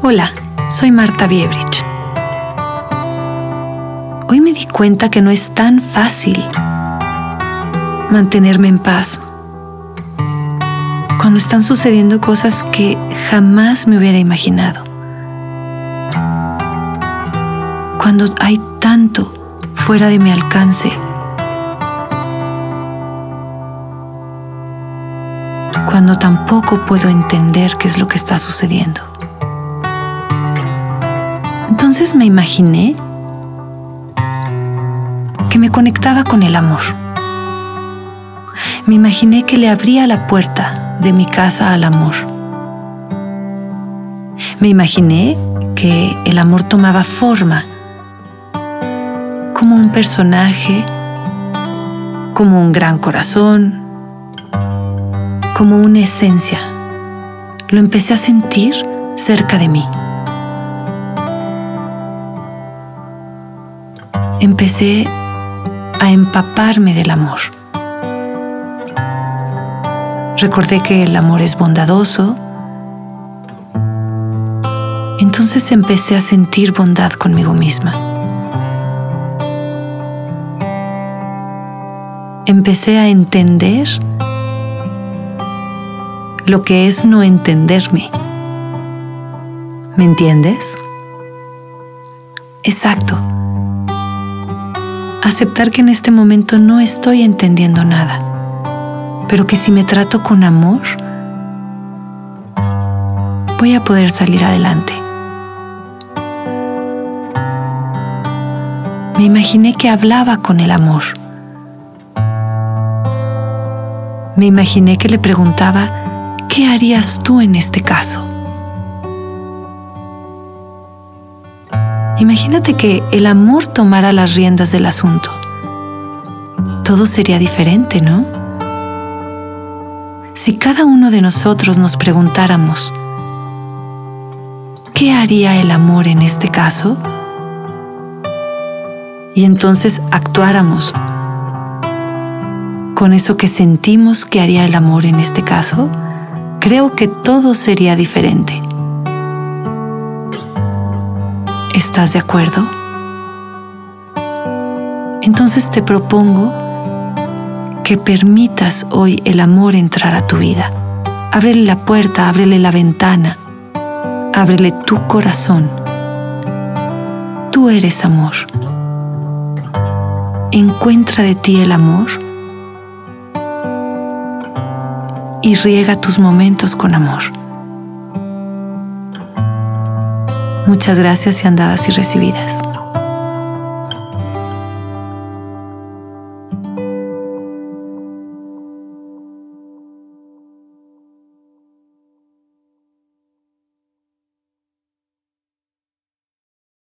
Hola, soy Marta Biebrich. Hoy me di cuenta que no es tan fácil mantenerme en paz cuando están sucediendo cosas que jamás me hubiera imaginado. Cuando hay tanto fuera de mi alcance. Cuando tampoco puedo entender qué es lo que está sucediendo. Entonces me imaginé que me conectaba con el amor. Me imaginé que le abría la puerta de mi casa al amor. Me imaginé que el amor tomaba forma como un personaje, como un gran corazón, como una esencia. Lo empecé a sentir cerca de mí. Empecé a empaparme del amor. Recordé que el amor es bondadoso. Entonces empecé a sentir bondad conmigo misma. Empecé a entender lo que es no entenderme. ¿Me entiendes? Exacto. Aceptar que en este momento no estoy entendiendo nada, pero que si me trato con amor, voy a poder salir adelante. Me imaginé que hablaba con el amor. Me imaginé que le preguntaba, ¿qué harías tú en este caso? Imagínate que el amor tomara las riendas del asunto. Todo sería diferente, ¿no? Si cada uno de nosotros nos preguntáramos, ¿qué haría el amor en este caso? Y entonces actuáramos con eso que sentimos que haría el amor en este caso, creo que todo sería diferente. ¿Estás de acuerdo? Entonces te propongo que permitas hoy el amor entrar a tu vida. Ábrele la puerta, ábrele la ventana, ábrele tu corazón. Tú eres amor. Encuentra de ti el amor y riega tus momentos con amor. Muchas gracias y andadas y recibidas.